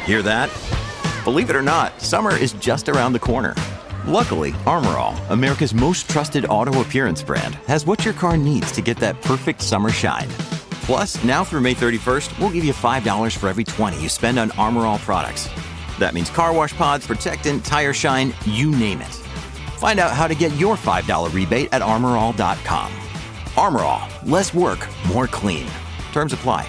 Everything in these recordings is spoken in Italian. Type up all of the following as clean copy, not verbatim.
Hear that? Believe it or not, summer is just around the corner. Luckily, Armor All, America's most trusted auto appearance brand, has what your car needs to get that perfect summer shine. Plus, now through May 31st, we'll give you $5 for every $20 you spend on Armor All products. That means car wash pods, protectant, tire shine, you name it. Find out how to get your $5 rebate at armorall.com. Armor All, less work, more clean. Terms apply.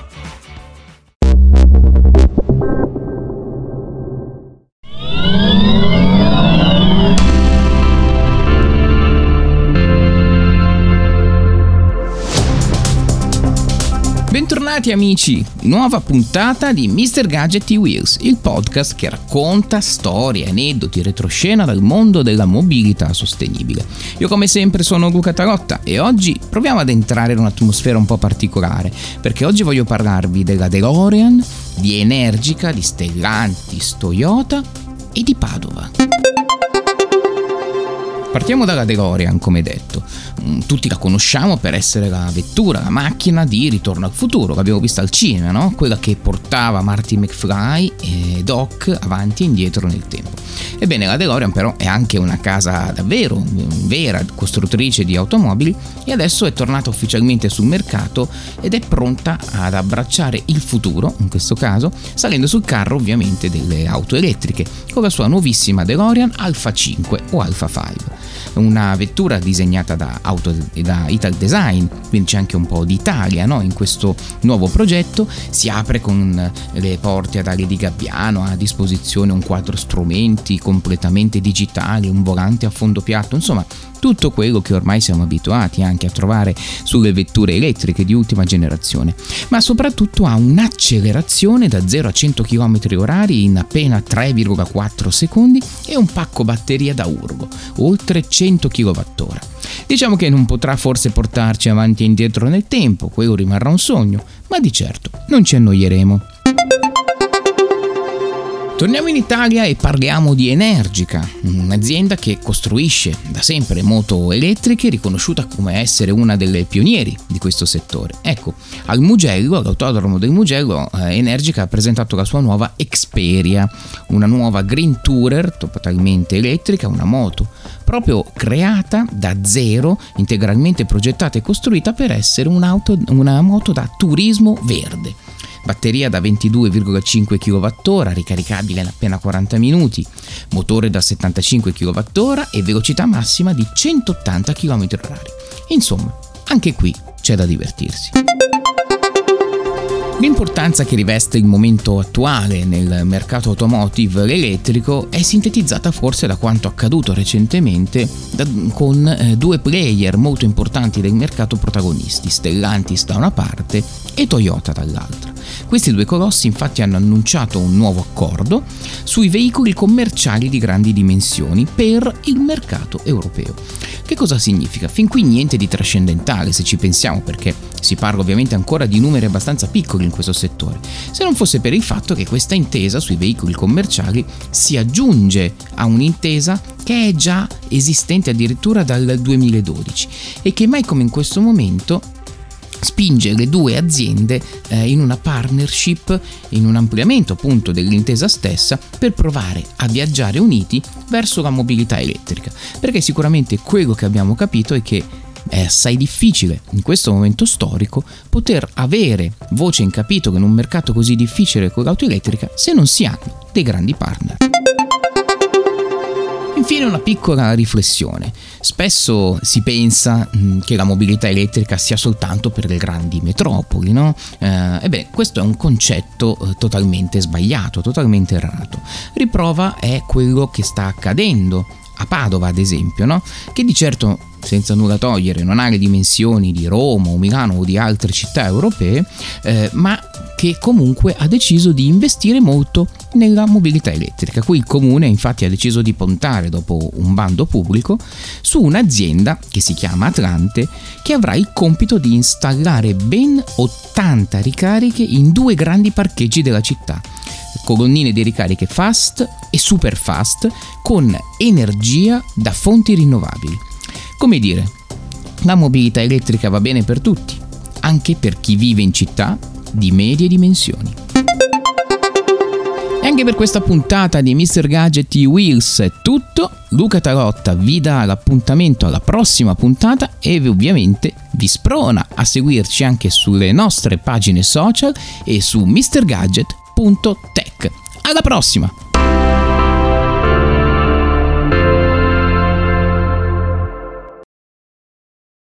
Bentornati amici, nuova puntata di Mr. Gadget Wheels, il podcast che racconta storie, aneddoti, retroscena dal mondo della mobilità sostenibile. Io come sempre sono Luca Tarotta e oggi proviamo ad entrare in un'atmosfera un po' particolare, perché oggi voglio parlarvi della DeLorean, di Energica, di Stellantis, Toyota e di Padova. Partiamo dalla DeLorean, come detto. Tutti la conosciamo per essere la vettura, la macchina di Ritorno al futuro, l'abbiamo vista al cinema, no? Quella che portava Marty McFly e Doc avanti e indietro nel tempo. Ebbene, la DeLorean però è anche una casa davvero vera, costruttrice di automobili, e adesso è tornata ufficialmente sul mercato ed è pronta ad abbracciare il futuro, in questo caso, salendo sul carro ovviamente delle auto elettriche, con la sua nuovissima DeLorean Alpha 5 o Alpha 5. Una vettura disegnata da Ital Design, quindi c'è anche un po' di Italia, no? In questo nuovo progetto. Si apre con le porte ad ali di gabbiano, a disposizione un quadro strumenti completamente digitale, un volante a fondo piatto, insomma tutto quello che ormai siamo abituati anche a trovare sulle vetture elettriche di ultima generazione, ma soprattutto ha un'accelerazione da 0 a 100 km/h in appena 3,4 secondi e un pacco batteria da urlo, oltre 100 kWh. Diciamo che non potrà forse portarci avanti e indietro nel tempo, quello rimarrà un sogno, ma di certo non ci annoieremo. Torniamo in Italia e parliamo di Energica, un'azienda che costruisce da sempre moto elettriche, riconosciuta come essere una delle pionieri di questo settore. Ecco, al Mugello, all'autodromo del Mugello, Energica ha presentato la sua nuova Xperia, una nuova Green Tourer totalmente elettrica, una moto proprio creata da zero, integralmente progettata e costruita per essere una moto da turismo verde. Batteria da 22,5 kWh, ricaricabile in appena 40 minuti, motore da 75 kWh e velocità massima di 180 km/h. Insomma, anche qui c'è da divertirsi. L'importanza che riveste il momento attuale nel mercato automotive elettrico è sintetizzata forse da quanto accaduto recentemente con due player molto importanti del mercato protagonisti, Stellantis da una parte e Toyota dall'altra. Questi due colossi infatti hanno annunciato un nuovo accordo sui veicoli commerciali di grandi dimensioni per il mercato europeo. Che cosa significa? Fin qui niente di trascendentale se ci pensiamo, perché si parla ovviamente ancora di numeri abbastanza piccoli in questo settore, se non fosse per il fatto che questa intesa sui veicoli commerciali si aggiunge a un'intesa che è già esistente addirittura dal 2012 e che mai come in questo momento spinge le due aziende in una partnership, in un ampliamento appunto dell'intesa stessa, per provare a viaggiare uniti verso la mobilità elettrica, perché sicuramente quello che abbiamo capito è che è assai difficile in questo momento storico poter avere voce in capitolo in un mercato così difficile con l'auto elettrica se non si hanno dei grandi partner. Infine una piccola riflessione. Spesso si pensa che la mobilità elettrica sia soltanto per le grandi metropoli, no? Ebbene, questo è un concetto totalmente sbagliato, totalmente errato. Riprova è quello che sta accadendo a Padova, ad esempio, no? Che di certo, senza nulla togliere, non ha le dimensioni di Roma o Milano o di altre città europee, ma che comunque ha deciso di investire molto nella mobilità elettrica. Qui il comune infatti ha deciso di puntare, dopo un bando pubblico, su un'azienda che si chiama Atlante, che avrà il compito di installare ben 80 ricariche in 2 grandi parcheggi della città, colonnine di ricariche fast e super fast con energia da fonti rinnovabili. Come dire, la mobilità elettrica va bene per tutti, anche per chi vive in città di medie dimensioni. anche per questa puntata di Mr. Gadget Wheels è tutto. Luca Tarotta vi dà l'appuntamento alla prossima puntata e ovviamente vi sprona a seguirci anche sulle nostre pagine social e su mrgadget.tech. Alla prossima!